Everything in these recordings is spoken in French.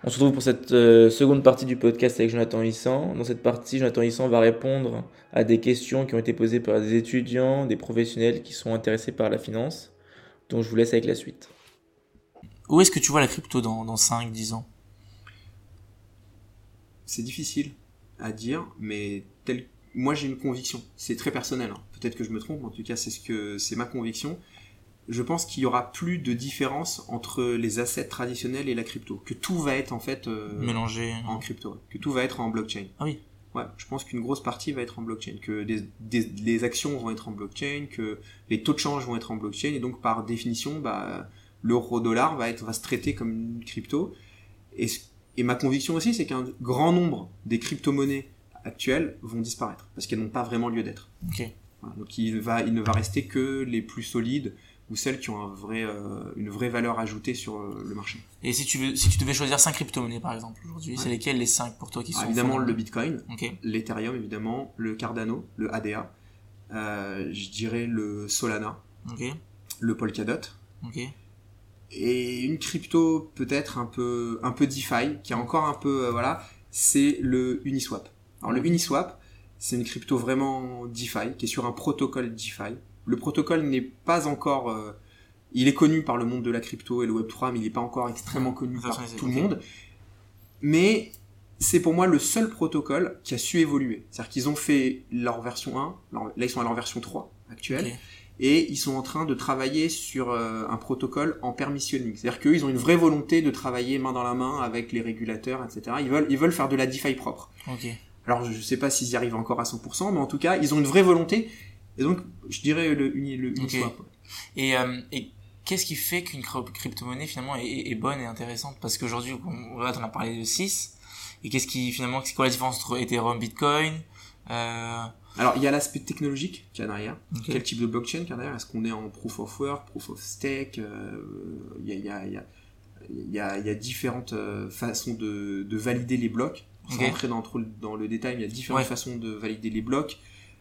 On se retrouve pour cette seconde partie du podcast avec Jonathan Hissan. Dans cette partie, Jonathan Hissan va répondre à des questions qui ont été posées par des étudiants, des professionnels qui sont intéressés par la finance. Donc je vous laisse avec la suite. Où est-ce que tu vois la crypto dans 5-10 ans? C'est difficile à dire, mais moi j'ai une conviction. C'est très personnel, hein. Peut-être que je me trompe, mais en tout cas c'est ma conviction. Je pense qu'il y aura plus de différence entre les assets traditionnels et la crypto. Que tout va être en fait Mélangé en crypto. Ouais. Que tout va être en blockchain. Ah oui. Ouais, je pense qu'une grosse partie va être en blockchain. Que les actions vont être en blockchain, que les taux de change vont être en blockchain, et donc par définition, l'euro-dollar va se traiter comme une crypto. Et ma conviction aussi, c'est qu'un grand nombre des crypto-monnaies actuelles vont disparaître, parce qu'elles n'ont pas vraiment lieu d'être. Ok. Voilà, donc il ne va rester que les plus solides, ou celles qui ont une vraie valeur ajoutée sur le marché. Et si tu devais choisir 5 crypto-monnaies par exemple aujourd'hui, c'est lesquelles les 5 pour toi qui sont évidemment le Bitcoin, okay. l'Ethereum évidemment, le Cardano, le ADA, je dirais le Solana, okay. le Polkadot, okay. Et une crypto peut-être un peu DeFi, qui est encore un peu c'est le Uniswap. Alors le Uniswap, c'est une crypto vraiment DeFi qui est sur un protocole DeFi. Le protocole n'est pas encore il est connu par le monde de la crypto et le Web3, mais il n'est pas encore extrêmement connu par tout le monde. Mais c'est pour moi le seul protocole qui a su évoluer. C'est-à-dire qu'ils ont fait leur version 1, là ils sont à leur version 3 actuelle, okay. Et ils sont en train de travailler sur un protocole en permissionning. C'est-à-dire qu'eux, ils ont une vraie volonté de travailler main dans la main avec les régulateurs, etc. Ils veulent faire de la DeFi propre. Okay. Alors je sais pas s'ils y arrivent encore à 100%, mais en tout cas, ils ont une vraie volonté. Et donc, je dirais le Uniswap. Okay. Et qu'est-ce qui fait qu'une crypto-monnaie finalement est bonne et intéressante? Parce qu'aujourd'hui, on a parlé de 6. Et c'est quoi la différence entre Ethereum, Bitcoin? Alors, il y a l'aspect technologique qu'il y a derrière. Okay. Quel type de blockchain qu'il y a derrière? Est-ce qu'on est en proof of work, proof of stake? Il y a différentes façons de valider les blocs. Sans rentrer dans le détail, mais il y a différentes façons de valider les blocs.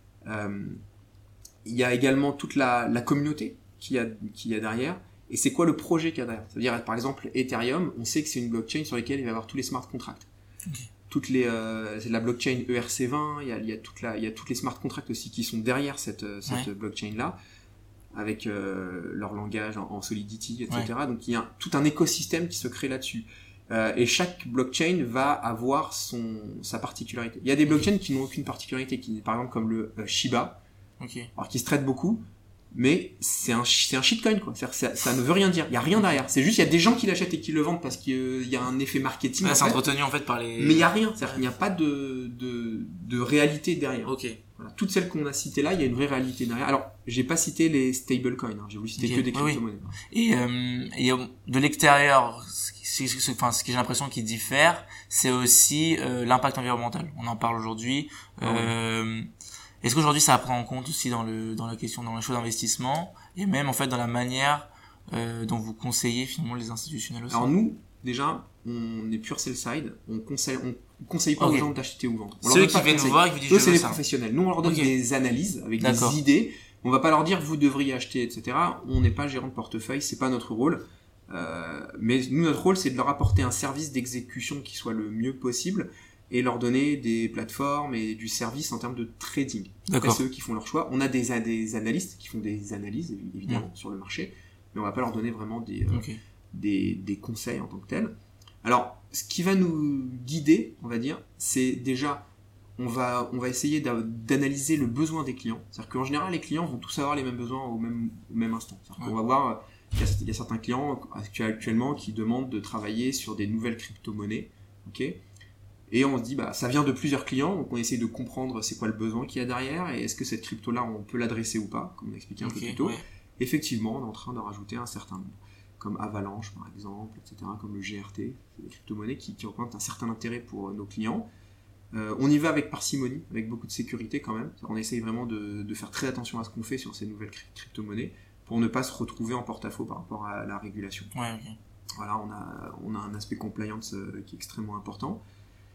Il y a également toute la communauté qu'il y a derrière. Et c'est quoi le projet qu'il y a derrière? Ça veut dire, par exemple, Ethereum, on sait que c'est une blockchain sur laquelle il va y avoir tous les smart contracts. Okay. C'est la blockchain ERC20, il y a toutes les smart contracts aussi qui sont derrière cette blockchain-là, avec leur langage en Solidity, etc. Ouais. Donc il y a tout un écosystème qui se crée là-dessus. Et chaque blockchain va avoir sa particularité. Il y a des blockchains qui n'ont aucune particularité, par exemple comme le Shiba, alors qui se traite beaucoup, mais c'est un shitcoin, quoi. Ça ne veut rien dire. Il y a rien derrière. C'est juste, il y a des gens qui l'achètent et qui le vendent parce qu'il y a un effet marketing. C'est entretenu en fait par les. Mais il y a rien. C'est-à-dire qu'il n'y a pas de réalité derrière. Ok. Voilà. Toutes celles qu'on a citées là, il y a une vraie réalité derrière. Alors, j'ai pas cité les stablecoins. Hein. J'ai voulu citer que des crypto-monnaies. Oui. Et de l'extérieur, ce que j'ai l'impression qui diffère, c'est aussi l'impact environnemental. On en parle aujourd'hui. Est-ce qu'aujourd'hui ça prend en compte aussi dans la question, dans les choix d'investissement et même en fait dans la manière dont vous conseillez finalement les institutionnels aussi? Alors nous, déjà, on est pure sell side, on conseille pas aux gens d'acheter ou vendre. Ceux qui viennent nous voir, ils vous disent c'est les professionnels. Nous on leur donne des analyses avec des idées. On va pas leur dire vous devriez acheter, etc. On n'est pas gérant de portefeuille, c'est pas notre rôle. Mais nous notre rôle c'est de leur apporter un service d'exécution qui soit le mieux possible. Et leur donner des plateformes et du service en termes de trading. Après, c'est eux qui font leur choix. On a des analystes qui font des analyses, évidemment, sur le marché, mais on va pas leur donner vraiment des conseils en tant que tels. Alors, ce qui va nous guider, on va dire, c'est déjà, on va essayer d'analyser le besoin des clients. C'est-à-dire qu'en général, les clients vont tous avoir les mêmes besoins au même instant. C'est-à-dire qu'on va voir, il y a certains clients actuellement qui demandent de travailler sur des nouvelles crypto-monnaies, et on se dit, ça vient de plusieurs clients, donc on essaie de comprendre c'est quoi le besoin qu'il y a derrière, et est-ce que cette crypto-là, on peut l'adresser ou pas, comme on a expliqué un peu plus tôt. Ouais. Effectivement, on est en train de rajouter un certain nombre, comme Avalanche par exemple, etc., comme le GRT, c'est des crypto-monnaies qui représentent un certain intérêt pour nos clients. On y va avec parcimonie, avec beaucoup de sécurité quand même. On essaye vraiment de faire très attention à ce qu'on fait sur ces nouvelles crypto-monnaies, pour ne pas se retrouver en porte-à-faux par rapport à la régulation. Ouais, okay. Voilà, on a un aspect compliance qui est extrêmement important.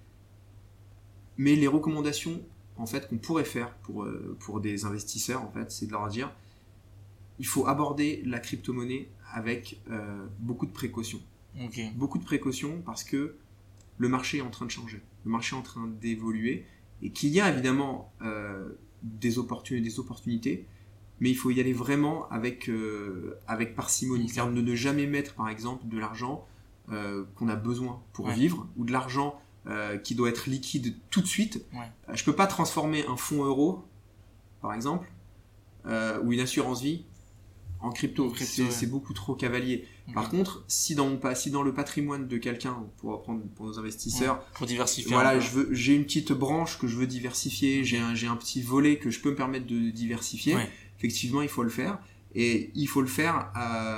Mais les recommandations en fait qu'on pourrait faire pour des investisseurs en fait, c'est de leur dire il faut aborder la crypto-monnaie avec beaucoup de précautions. Okay. Beaucoup de précautions parce que le marché est en train de changer, le marché est en train d'évoluer, et qu'il y a évidemment des opportunités, mais il faut y aller vraiment avec parcimonie. C'est-à-dire de ne jamais mettre, par exemple, de l'argent qu'on a besoin pour vivre, ou de l'argent qui doit être liquide tout de suite. Je peux pas transformer un fonds euro, par exemple, ou une assurance vie en crypto. C'est beaucoup trop cavalier. Par contre, si dans le patrimoine de quelqu'un, pour nos investisseurs, pour diversifier, voilà, j'ai une petite branche que je veux diversifier, j'ai un petit volet que je peux me permettre de diversifier, effectivement il faut le faire, et il faut le faire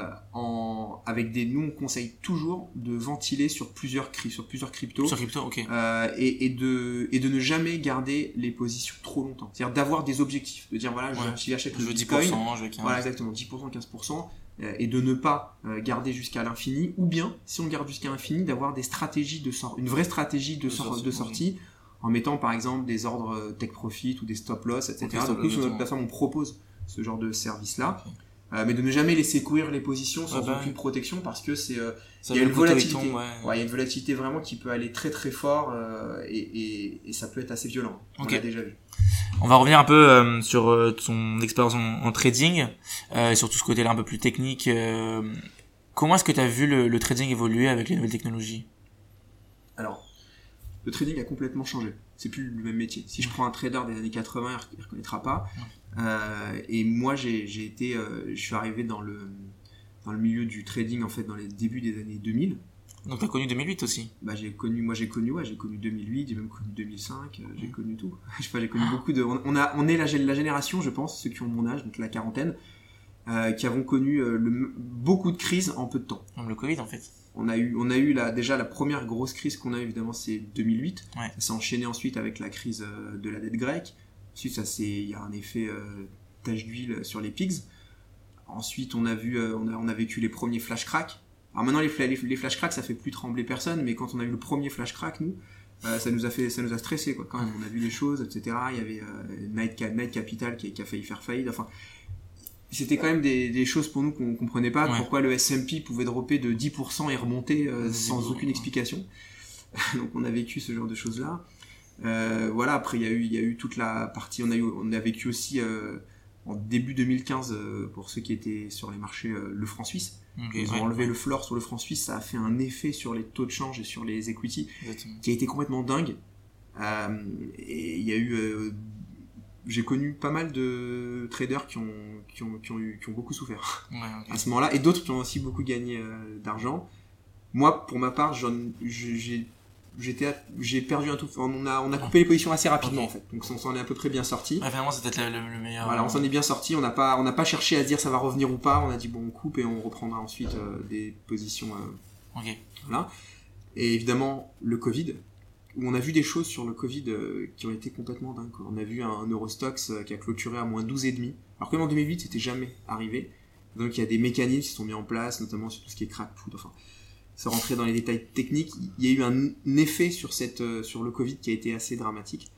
nous on conseille toujours de ventiler sur plusieurs cryptos, et de ne jamais garder les positions trop longtemps, c'est-à-dire d'avoir des objectifs, de dire voilà, j'achète le Bitcoin, 10%, je veux 15%. Voilà, exactement, 10%, 15%, et de ne pas garder jusqu'à l'infini, ou bien, si on garde jusqu'à l'infini, d'avoir des stratégies une vraie stratégie de sortie, en mettant par exemple des ordres take profit ou des stop loss, etc. Donc nous, sur notre plateforme, on propose ce genre de service-là, mais de ne jamais laisser courir les positions sans aucune protection, parce que il y a une volatilité, il y a une volatilité vraiment qui peut aller très très fort, et ça peut être assez violent. On l'a déjà vu. On va revenir un peu sur ton expérience en trading, sur tout ce côté-là un peu plus technique. Comment est-ce que tu as vu le trading évoluer avec les nouvelles technologies ? Alors, le trading a complètement changé. C'est plus le même métier. Si je prends un trader des années 80, il reconnaîtra pas. Et moi, je suis arrivé dans le milieu du trading en fait dans les débuts des années 2000. Donc t'as connu 2008 aussi. J'ai connu 2008, j'ai même connu 2005, j'ai connu tout. Je sais pas, j'ai connu beaucoup de. On est la génération, je pense, ceux qui ont mon âge, donc la quarantaine, qui avons connu beaucoup de crises en peu de temps. Comme le Covid en fait. On a eu déjà la première grosse crise qu'on a évidemment, c'est 2008. Ça s'est enchaîné ensuite avec la crise de la dette grecque. Ensuite, il y a un effet tache d'huile sur les pigs. Ensuite, on a vécu les premiers flash cracks. Alors maintenant, les flash cracks, ça fait plus trembler personne, mais quand on a eu le premier flash crack, nous, ça nous a stressé, quoi. Quand même, on a vu les choses, etc. Il y avait Night Capital qui a failli faire faillite. Enfin, c'était quand même des choses pour nous qu'on comprenait pas. Pourquoi le S&P pouvait dropper de 10% et remonter sans aucune explication. Donc, on a vécu ce genre de choses-là. Voilà. Après, il y a eu toute la partie. On a vécu aussi en début 2015, pour ceux qui étaient sur les marchés, le franc suisse. Ils ont enlevé le floor sur le franc suisse, ça a fait un effet sur les taux de change et sur les equity qui a été complètement dingue. Et il y a eu, j'ai connu pas mal de traders qui ont beaucoup souffert à ce moment-là, et d'autres qui ont aussi beaucoup gagné d'argent. Moi, pour ma part, j'ai perdu un tout. On a coupé les positions assez rapidement en fait, donc on s'en est à peu près bien sorti. Vraiment, c'est peut-être le meilleur. Voilà, on s'en est bien sorti. On n'a pas cherché à se dire ça va revenir ou pas. On a dit bon, on coupe et on reprendra ensuite des positions. Voilà. Et évidemment le Covid, où on a vu des choses sur le Covid qui ont été complètement dingues, quoi. On a vu un Eurostoxx qui a clôturé à moins 12,5, alors que en 2008 c'était jamais arrivé. Donc il y a des mécanismes qui sont mis en place, notamment sur tout ce qui est crack put. Enfin, sans rentrer dans les détails techniques, il y a eu un effet sur le Covid qui a été assez dramatique.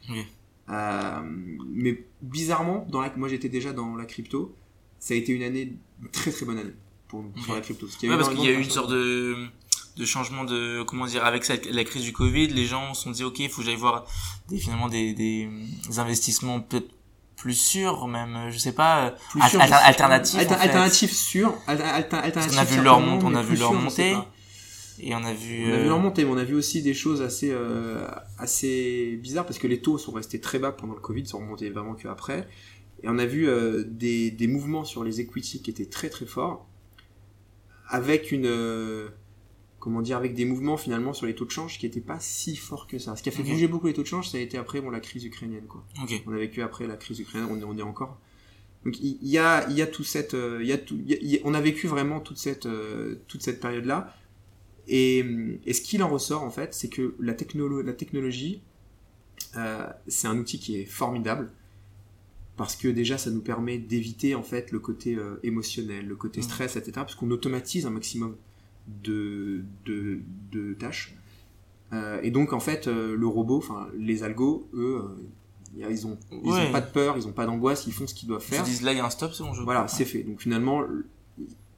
Mais bizarrement, moi j'étais déjà dans la crypto, ça a été une très très bonne année pour nous, sur la crypto. Parce qu'il y a eu une sorte de changement de, comment dire, avec la crise du Covid, les gens se sont dit, ok, il faut que j'aille voir finalement des investissements peut-être plus sûrs, même, je sais pas, alternatifs. Alternatifs sûrs, alternatifs. On a vu leur montée. Et on a vu leur montée, mais on a vu aussi des choses assez bizarres, parce que les taux sont restés très bas pendant le Covid, sont remontés vraiment qu'après. Et on a vu des mouvements sur les equity qui étaient très très forts, avec avec des mouvements finalement sur les taux de change qui n'étaient pas si forts que ça. Ce qui a fait bouger beaucoup les taux de change, ça a été après la crise ukrainienne, quoi. On a vécu après la crise ukrainienne, on est encore. Donc il y a tout cette, on a vécu vraiment toute cette période-là. Et ce qu'il en ressort, en fait, c'est que la technologie, c'est un outil qui est formidable, parce que déjà, ça nous permet d'éviter, en fait, le côté émotionnel, le côté stress, etc., parce qu'on automatise un maximum de tâches. Et donc, en fait, le robot, enfin, les algos, eux, ils ont pas de peur, ils ont pas d'angoisse, ils font ce qu'ils doivent faire. Ils disent là, il y a un stop, c'est bon, Voilà, c'est fait. Donc, finalement,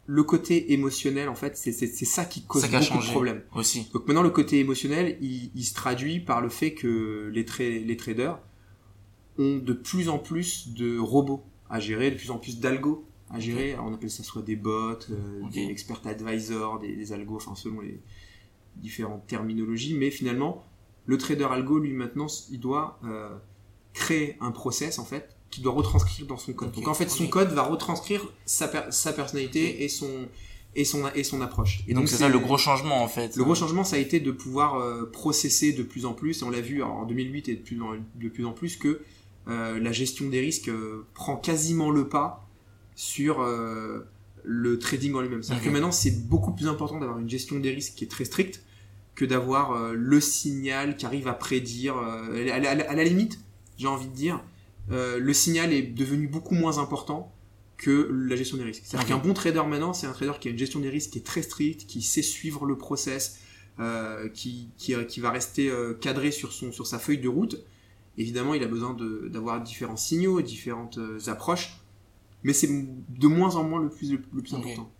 le côté émotionnel, en fait, c'est ça qui cause beaucoup de problèmes. Aussi. Donc maintenant, le côté émotionnel, il se traduit par le fait que les traders ont de plus en plus de robots à gérer, de plus en plus d'algos à gérer. Alors, on appelle ça soit des bots, des expert advisors, des algos, enfin selon les différentes terminologies. Mais finalement, le trader algo, lui maintenant, il doit créer un process en fait qu'il doit retranscrire dans son code. Donc en fait, son code va retranscrire sa personnalité et son approche. Et donc c'est ça le gros changement en fait. Le gros changement, ça a été de pouvoir processer de plus en plus. Et on l'a vu en 2008 et de plus en plus que la gestion des risques prend quasiment le pas sur le trading en lui-même. C'est-à-dire que maintenant, c'est beaucoup plus important d'avoir une gestion des risques qui est très stricte que d'avoir le signal qui arrive à prédire. À la limite, j'ai envie de dire, le signal est devenu beaucoup moins important que la gestion des risques. C'est-à-dire qu'un bon trader maintenant, c'est un trader qui a une gestion des risques qui est très stricte, qui sait suivre le process, qui va rester cadré sur sa feuille de route. Évidemment, il a besoin d'avoir différents signaux, différentes approches, mais c'est de moins en moins le plus important.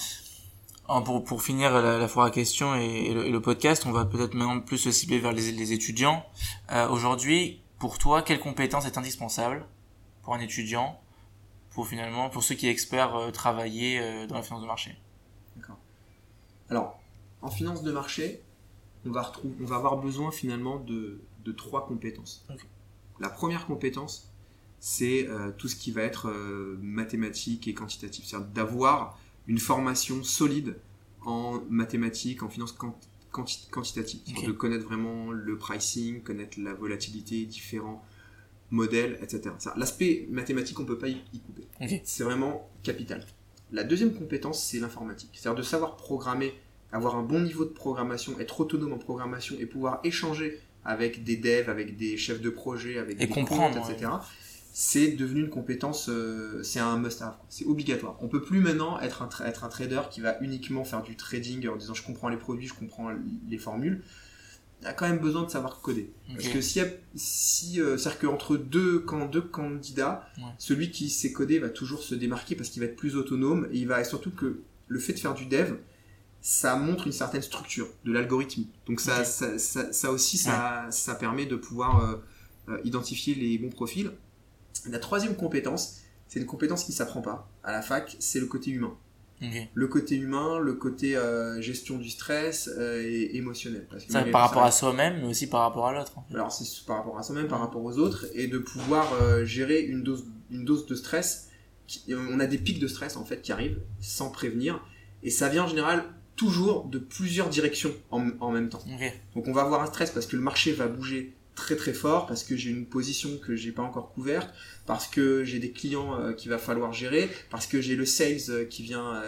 Pour finir la foire à questions et le podcast, on va peut-être maintenant plus se cibler vers les étudiants. Aujourd'hui, pour toi, quelle compétence est indispensable pour un étudiant, pour ceux qui espèrent travailler dans la finance de marché? D'accord. Alors, en finance de marché, on va avoir besoin finalement de 3 compétences. Okay. La première compétence, c'est tout ce qui va être mathématique et quantitatif. C'est-à-dire d'avoir une formation solide en mathématiques, en finance quantitative. Okay. De connaître vraiment le pricing, connaître la volatilité, différents modèles, etc. L'aspect mathématique, on ne peut pas y couper. Okay. C'est vraiment capital. La deuxième compétence, c'est l'informatique. C'est-à-dire de savoir programmer, avoir un bon niveau de programmation, être autonome en programmation et pouvoir échanger avec des devs, avec des chefs de projet, avec des comptes, etc. C'est devenu une compétence, c'est un must-have, c'est obligatoire. On peut plus maintenant être un trader qui va uniquement faire du trading en disant je comprends les produits, je comprends les formules. Il a quand même besoin de savoir coder. Okay. Parce que c'est-à-dire qu'entre deux candidats, celui qui sait coder va toujours se démarquer parce qu'il va être plus autonome et surtout que le fait de faire du dev, ça montre une certaine structure de l'algorithme. Donc ça aussi, ça permet de pouvoir identifier les bons profils. La troisième compétence, c'est une compétence qui ne s'apprend pas à la fac, c'est le côté humain. Okay. Le côté humain, le côté gestion du stress et émotionnel. Parce que ça, par rapport à soi-même, mais aussi par rapport à l'autre. En fait. Alors c'est par rapport à soi-même, par rapport aux autres, et de pouvoir gérer une dose de stress. On a des pics de stress en fait qui arrivent sans prévenir, et ça vient en général toujours de plusieurs directions en même temps. Okay. Donc on va avoir un stress parce que le marché va bouger très très fort, parce que j'ai une position que j'ai pas encore couverte, parce que j'ai des clients qu'il va falloir gérer, parce que j'ai le sales qui vient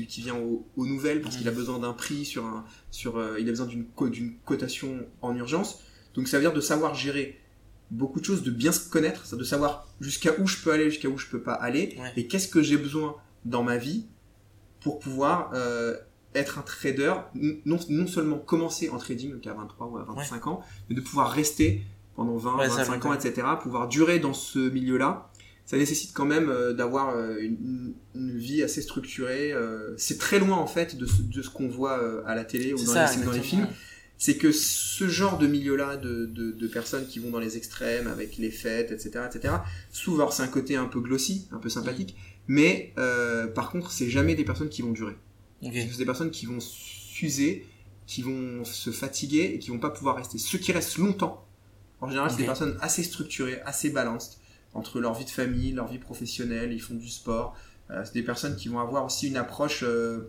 aux nouvelles, parce qu'il a besoin d'un prix il a besoin d'une cotation en urgence. Donc ça veut dire de savoir gérer beaucoup de choses, de bien se connaître, de savoir jusqu'à où je peux aller, jusqu'à où je peux pas aller, et qu'est-ce que j'ai besoin dans ma vie pour pouvoir être un trader, non seulement commencer en trading, donc à 23 ou à 25 ans, mais de pouvoir rester pendant 20, 25 ans, etc., pouvoir durer dans ce milieu-là. Ça nécessite quand même d'avoir une vie assez structurée. C'est très loin, en fait, de ce qu'on voit à la télé ou dans les films. C'est que ce genre de milieu-là, de personnes qui vont dans les extrêmes, avec les fêtes, etc., souvent, c'est un côté un peu glossy, un peu sympathique, mais par contre, c'est jamais des personnes qui vont durer. Okay. C'est des personnes qui vont s'user, qui vont se fatiguer et qui vont pas pouvoir rester. Ceux qui restent longtemps, en général, c'est des personnes assez structurées, assez balanced entre leur vie de famille, leur vie professionnelle, ils font du sport. C'est des personnes qui vont avoir aussi une approche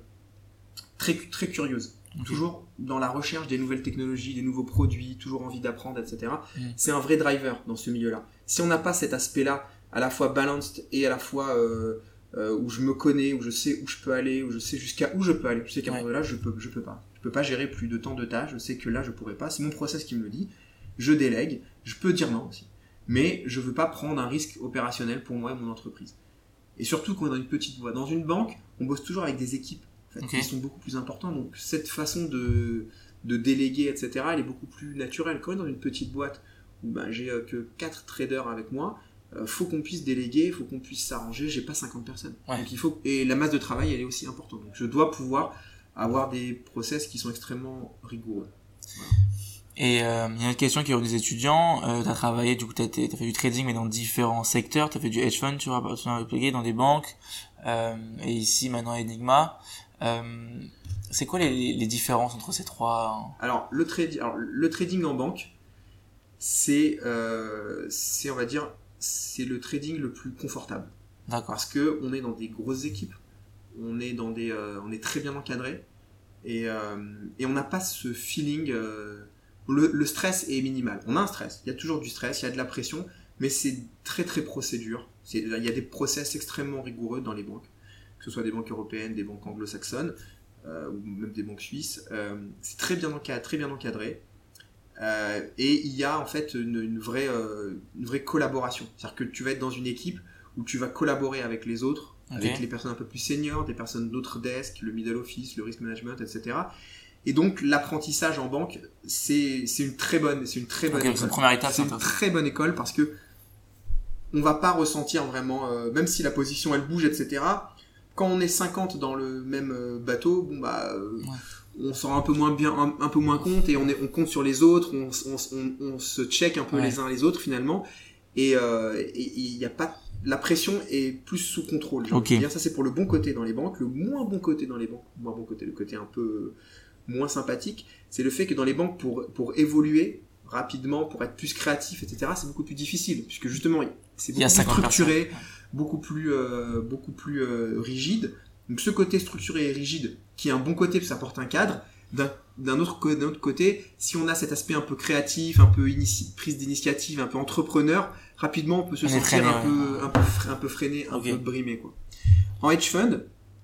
très, très curieuse. Okay. Toujours dans la recherche des nouvelles technologies, des nouveaux produits, toujours envie d'apprendre, etc. C'est un vrai driver dans ce milieu-là. Si on n'a pas cet aspect-là, à la fois balanced et à la fois où je me connais, où je sais où je peux aller, où je sais jusqu'à où je peux aller. Je sais qu'à un moment là, je peux pas. Je peux pas gérer plus de temps de tâches. Je sais que là, je pourrais pas. C'est mon process qui me le dit. Je délègue. Je peux dire non aussi. Mais je veux pas prendre un risque opérationnel pour moi et mon entreprise. Et surtout quand on est dans une petite boîte. Dans une banque, on bosse toujours avec des équipes en fait, qui sont beaucoup plus importantes. Donc cette façon de déléguer, etc., elle est beaucoup plus naturelle. Quand on est dans une petite boîte où j'ai que 4 traders avec moi, faut qu'on puisse déléguer, faut qu'on puisse s'arranger, j'ai pas 50 personnes. Donc et la masse de travail, elle est aussi importante. Donc je dois pouvoir avoir des process qui sont extrêmement rigoureux. Voilà. Et il y a une autre question qui est aux étudiants. T'as travaillé, du coup, t'as fait du trading, mais dans différents secteurs. T'as fait du hedge fund, tu as appliqué dans des banques, et ici maintenant Enigma. C'est quoi les différences entre ces trois? Alors le trading en banque, c'est on va dire, c'est le trading le plus confortable. D'accord. Parce que on est dans des grosses équipes, on est très bien encadré, et on n'a pas ce feeling. Le stress est minimal. On a un stress, il y a toujours du stress, il y a de la pression, mais c'est très très procédure. Il y a des process extrêmement rigoureux dans les banques, que ce soit des banques européennes, des banques anglo-saxonnes, ou même des banques suisses. C'est très bien encadré. Et il y a en fait une vraie collaboration. C'est-à-dire que tu vas être dans une équipe où tu vas collaborer avec les autres, avec les personnes un peu plus seniors, des personnes d'autres desks, le middle office, le risk management, etc. Et donc l'apprentissage en banque, c'est une très bonne école. C'est une première étape. C'est une très bonne école parce que on va pas ressentir vraiment, même si la position elle bouge, etc. Quand on est 50 dans le même bateau, on s'en rend un peu moins compte, et on compte sur les autres, on se check un peu les uns les autres finalement, et il y a pas, la pression est plus sous contrôle. Dire ça, c'est pour le bon côté dans les banques. Le moins bon côté dans les banques, le côté un peu moins sympathique, c'est le fait que dans les banques, pour évoluer rapidement, pour être plus créatif, etc., c'est beaucoup plus difficile, puisque justement c'est beaucoup plus structuré, beaucoup plus rigide. Donc ce côté structuré et rigide, qui est un bon côté parce que ça apporte un cadre, d'un autre côté, si on a cet aspect un peu créatif, un peu prise d'initiative, un peu entrepreneur, rapidement on peut se sentir un peu freiné, un peu brimé, quoi. En hedge fund,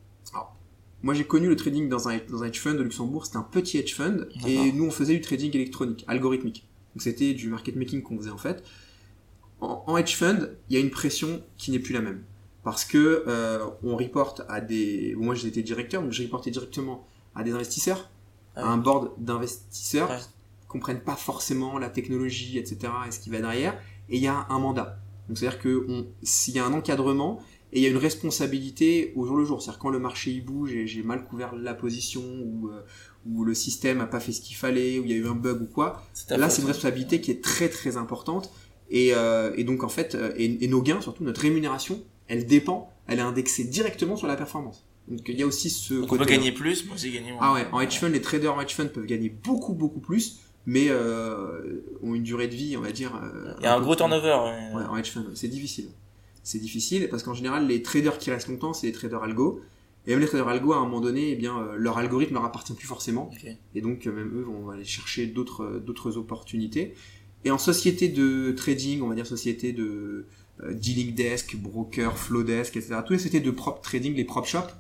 moi j'ai connu le trading dans un hedge fund de Luxembourg. C'était un petit hedge fund, et nous on faisait du trading électronique, algorithmique. Donc c'était du market making qu'on faisait en fait. En hedge fund, il y a une pression qui n'est plus la même. Parce que on reporte à des... Moi j'étais directeur, donc je reportais directement à des investisseurs, à un board d'investisseurs qui comprennent pas forcément la technologie, etc. et ce qui va derrière. Et il y a un mandat. Donc c'est-à-dire que s'il y a un encadrement, et il y a une responsabilité au jour le jour. C'est-à-dire quand le marché il bouge et j'ai mal couvert la position, ou le système a pas fait ce qu'il fallait, ou il y a eu un bug ou quoi, là c'est une responsabilité qui est très très importante. Et donc en fait, et nos gains, surtout notre rémunération, elle est indexée directement sur la performance. Donc il y a aussi ce côté. On peut gagner plus, mais aussi gagner moins. Ah ouais, en hedge fund, les traders en hedge fund peuvent gagner beaucoup beaucoup plus, mais ont une durée de vie, on va dire. Il y a un gros turnover. Ouais, en hedge fund, c'est difficile. C'est difficile parce qu'en général, les traders qui restent longtemps, c'est les traders algo. Et même les traders algo, à un moment donné, eh bien, leur algorithme leur appartient plus forcément. Et donc, même eux vont aller chercher d'autres opportunités. Et en société de trading, on va dire société de dealing desk, broker, flow desk, etc. Tous les sociétés de prop trading, les prop shops.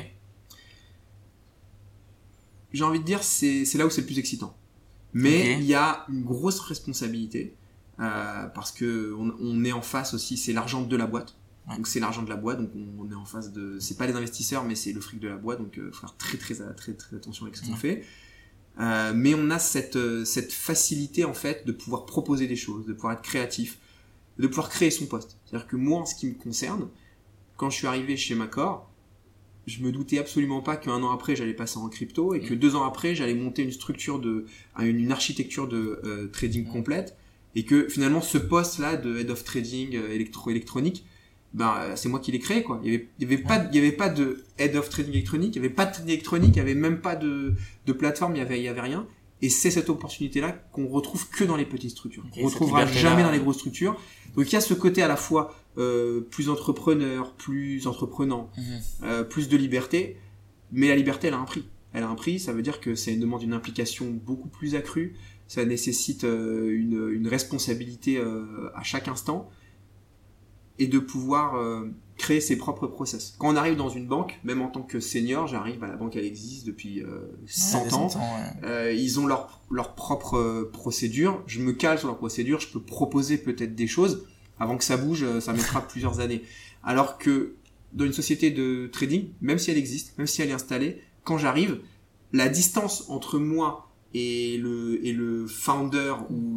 J'ai envie de dire, c'est là où c'est le plus excitant. Mais il y a une grosse responsabilité. Parce que on est en face aussi, c'est l'argent de la boîte. Donc c'est l'argent de la boîte, donc on est en face de, c'est pas les investisseurs, mais c'est le fric de la boîte, donc faut faire très attention avec ce qu'on fait. Mais on a cette facilité en fait de pouvoir proposer des choses, de pouvoir être créatif, de pouvoir créer son poste. C'est-à-dire que moi, en ce qui me concerne, quand je suis arrivé chez Macor, je me doutais absolument pas qu'un an après j'allais passer en crypto, et que 2 ans après j'allais monter une structure une architecture de trading complète. Et que finalement ce poste-là de head of trading électronique, c'est moi qui l'ai créé, quoi. Il y avait pas de head of trading électronique, il y avait pas de trading électronique, il y avait même pas de plateforme, il y avait rien. Et c'est cette opportunité-là qu'on retrouve que dans les petites structures. On retrouvera jamais dans les grosses structures. Donc il y a ce côté à la fois plus entrepreneur, plus entreprenant, plus de liberté, mais la liberté elle a un prix. Elle a un prix, ça veut dire que ça demande une implication beaucoup plus accrue. Ça nécessite une responsabilité à chaque instant, et de pouvoir créer ses propres process. Quand on arrive dans une banque, même en tant que senior, j'arrive, la banque elle existe depuis 100 ans, ils ont leur propre procédure, je me cale sur leur procédure, je peux proposer peut-être des choses, avant que ça bouge, ça mettra plusieurs années. Alors que dans une société de trading, même si elle existe, même si elle est installée, quand j'arrive, la distance entre moi et le founder ou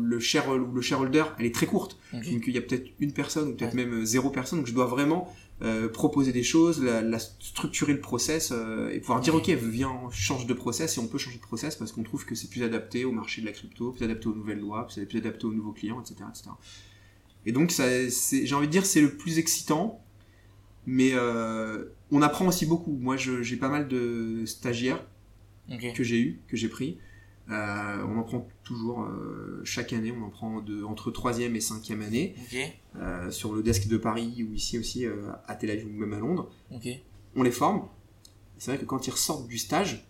le shareholder, elle est très courte. Okay. Donc il y a peut-être une personne ou peut-être même 0 personne. Donc je dois vraiment proposer des choses, la structurer le process et pouvoir dire ok, viens, change de process, et on peut changer de process parce qu'on trouve que c'est plus adapté au marché de la crypto, plus adapté aux nouvelles lois, plus adapté aux nouveaux clients, etc., etc. Et donc j'ai envie de dire c'est le plus excitant, mais on apprend aussi beaucoup. Moi j'ai pas mal de stagiaires que j'ai pris. On en prend toujours chaque année, on en prend entre 3e et 5e année sur le desk de Paris ou ici aussi à Tel Aviv ou même à Londres. On les forme. C'est vrai que quand ils ressortent du stage,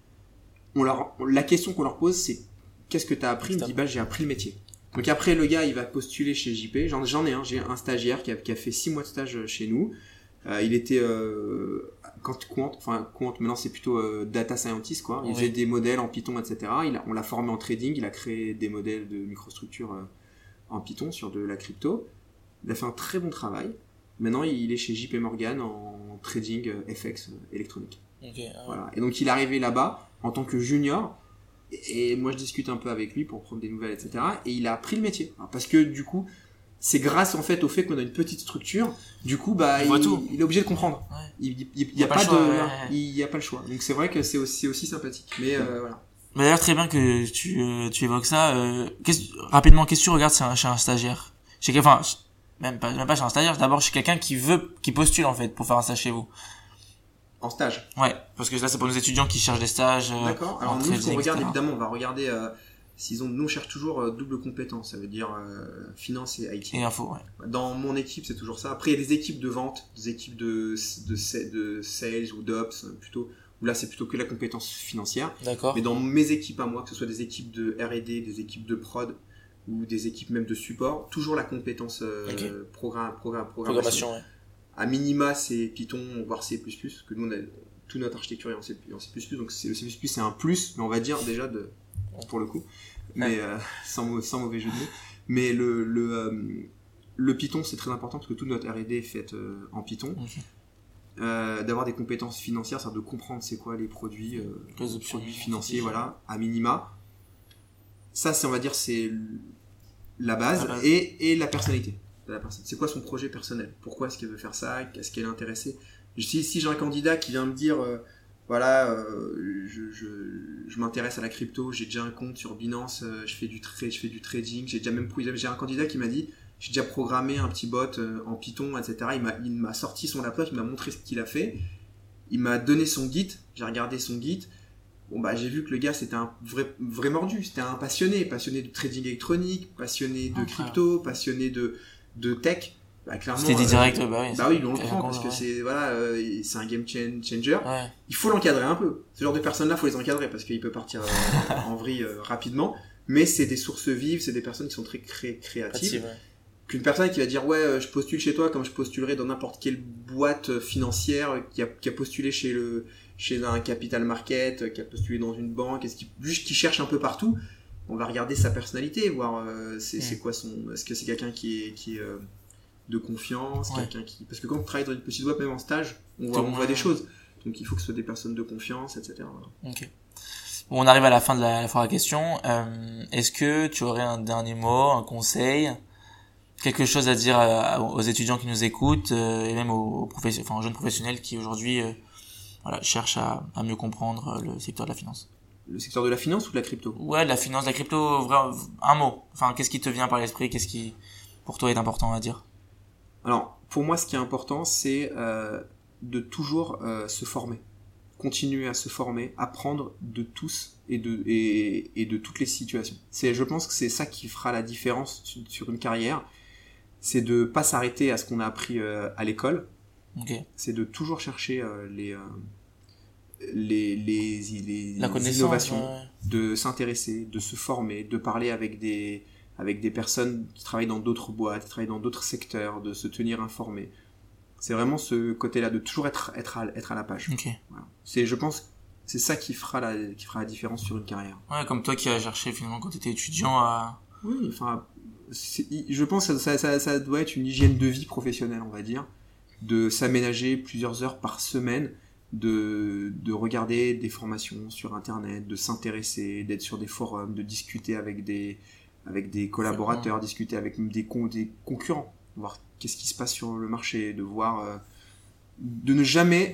la question qu'on leur pose c'est qu'est-ce que tu as appris? Ils me disent j'ai appris le métier. Donc après le gars il va postuler chez JP. J'en ai un, j'ai un stagiaire qui a fait 6 mois de stage chez nous. Il était quant, maintenant c'est plutôt data scientist quoi. Il faisait des modèles en Python, etc. On l'a formé en trading, il a créé des modèles de microstructures en Python sur de la crypto. Il a fait un très bon travail. Maintenant il est chez JP Morgan en trading FX électronique. Voilà. Et donc il est arrivé là-bas en tant que junior. Et moi je discute un peu avec lui pour prendre des nouvelles, etc. Et il a appris le métier. Alors, parce que du coup c'est grâce en fait au fait qu'on a une petite structure, du coup il est obligé de comprendre. Il y a pas le choix. Donc c'est vrai que c'est aussi sympathique. Mais voilà. Mais d'ailleurs très bien que tu évoques ça. Rapidement, qu'est-ce que tu regardes chez un stagiaire? Même pas chez un stagiaire. D'abord chez quelqu'un qui postule en fait pour faire un stage chez vous. En stage. Ouais, parce que là c'est pour nos étudiants qui cherchent des stages. D'accord. Alors nous, ce qu'on regarde évidemment, on va regarder. Nous on cherche toujours double compétence, ça veut dire finance et IT. Et info, ouais. Dans mon équipe, c'est toujours ça. Après, il y a des équipes de vente, des équipes de sales ou d'ops, plutôt, où là, c'est plutôt que la compétence financière. D'accord. Mais dans mes équipes à moi, que ce soit des équipes de R&D, des équipes de prod, ou des équipes même de support, toujours la compétence programmation. Ouais. À minima, c'est Python, voire C++, que nous, on a toute notre architecture est en C++, donc le C++, c'est un plus, mais on va dire déjà pour le coup, mais sans mauvais jeu de mots. Mais le Python c'est très important parce que toute notre R&D est faite en Python. D'avoir des compétences financières, c'est-à-dire de comprendre c'est quoi les produits financiers, voilà, à minima. Ça c'est, on va dire, c'est la base. Et la personnalité de la personne. C'est quoi son projet personnel? Pourquoi est-ce qu'elle veut faire ça? Qu'est-ce qu'elle est intéressée? Si j'ai un candidat qui vient me dire je m'intéresse à la crypto, j'ai déjà un compte sur Binance, je fais du trading, j'ai un candidat qui m'a dit j'ai déjà programmé un petit bot en Python, etc. Il m'a sorti son laptop, il m'a montré ce qu'il a fait, il m'a donné son Git, j'ai regardé son Git. Bon j'ai vu que le gars c'était un vrai mordu, c'était un passionné de trading électronique, passionné de crypto, passionné de tech. Clairement, c'était dit direct, oui, on le prend parce que c'est un game changer. Ouais. Il faut l'encadrer un peu. Ce genre de personnes-là, faut les encadrer parce qu'il peut partir en vrille rapidement. Mais c'est des sources vives, c'est des personnes qui sont très créatives. Qu'une personne qui va dire je postule chez toi comme je postulerais dans n'importe quelle boîte financière qui a postulé chez un capital market, qui a postulé dans une banque, qui cherche un peu partout. On va regarder sa personnalité, voir c'est quoi est-ce que c'est quelqu'un qui est de confiance, quelqu'un qui... Parce que quand on travaille dans une petite boîte, même en stage, on voit des choses. Donc il faut que ce soit des personnes de confiance, etc. Ok. Bon, on arrive à la fin de la question. Est-ce que tu aurais un dernier mot, un conseil, quelque chose à dire aux étudiants qui nous écoutent et même aux jeunes professionnels qui aujourd'hui cherchent à mieux comprendre le secteur de la finance? Le secteur de la finance ou de la crypto? Ouais, de la finance, de la crypto, un mot. Enfin, qu'est-ce qui te vient par l'esprit? Qu'est-ce qui, pour toi, est important à dire? Alors, pour moi, ce qui est important, c'est de toujours se former. Continuer à se former, apprendre de tous et de toutes les situations. Je pense que c'est ça qui fera la différence sur une carrière. C'est de pas s'arrêter à ce qu'on a appris à l'école. C'est de toujours chercher les innovations, de s'intéresser, de se former, de parler avec des personnes qui travaillent dans d'autres boîtes, qui travaillent dans d'autres secteurs, de se tenir informé. C'est vraiment ce côté-là, de toujours être à la page. Voilà. Je pense que c'est ça qui fera la différence sur une carrière. Ouais, comme toi qui as cherché finalement quand tu étais étudiant à... Oui, enfin, je pense que ça doit être une hygiène de vie professionnelle, on va dire, de s'aménager plusieurs heures par semaine, de regarder des formations sur Internet, de s'intéresser, d'être sur des forums, de discuter avec des avec des collaborateurs, discuter avec des concurrents, voir qu'est-ce qui se passe sur le marché, de voir, de ne jamais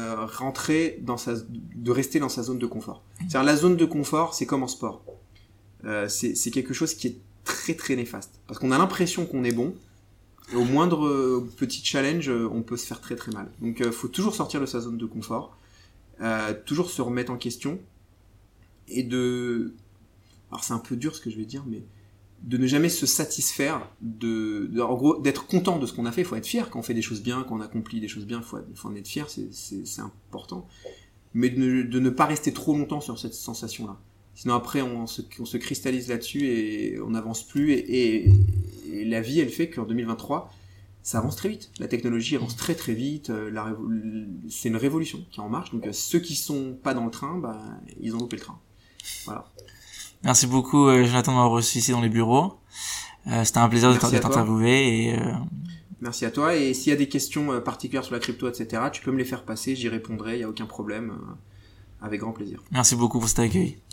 de rester dans sa zone de confort. C'est-à-dire la zone de confort, c'est comme en sport. C'est quelque chose qui est très très néfaste, parce qu'on a l'impression qu'on est bon, et au moindre petit challenge, on peut se faire très très mal. Donc faut toujours sortir de sa zone de confort, toujours se remettre en question, et alors c'est un peu dur ce que je vais dire, mais de ne jamais se satisfaire en gros, d'être content de ce qu'on a fait. Il faut être fier quand on fait des choses bien, quand on accomplit des choses bien, il faut en être fier, c'est important. Mais de ne pas rester trop longtemps sur cette sensation-là. Sinon après, on se cristallise là-dessus et on n'avance plus. Et la vie, elle fait qu'en 2023, ça avance très vite. La technologie avance très très vite. C'est une révolution qui est en marche. Donc ceux qui sont pas dans le train, ils ont loupé le train. Voilà. Merci beaucoup, Jonathan, de m'avoir reçu ici dans les bureaux. C'était un plaisir d'être interviewé. Merci à toi. Et s'il y a des questions particulières sur la crypto, etc., tu peux me les faire passer. J'y répondrai. Il n'y a aucun problème. Avec grand plaisir. Merci beaucoup pour cet accueil.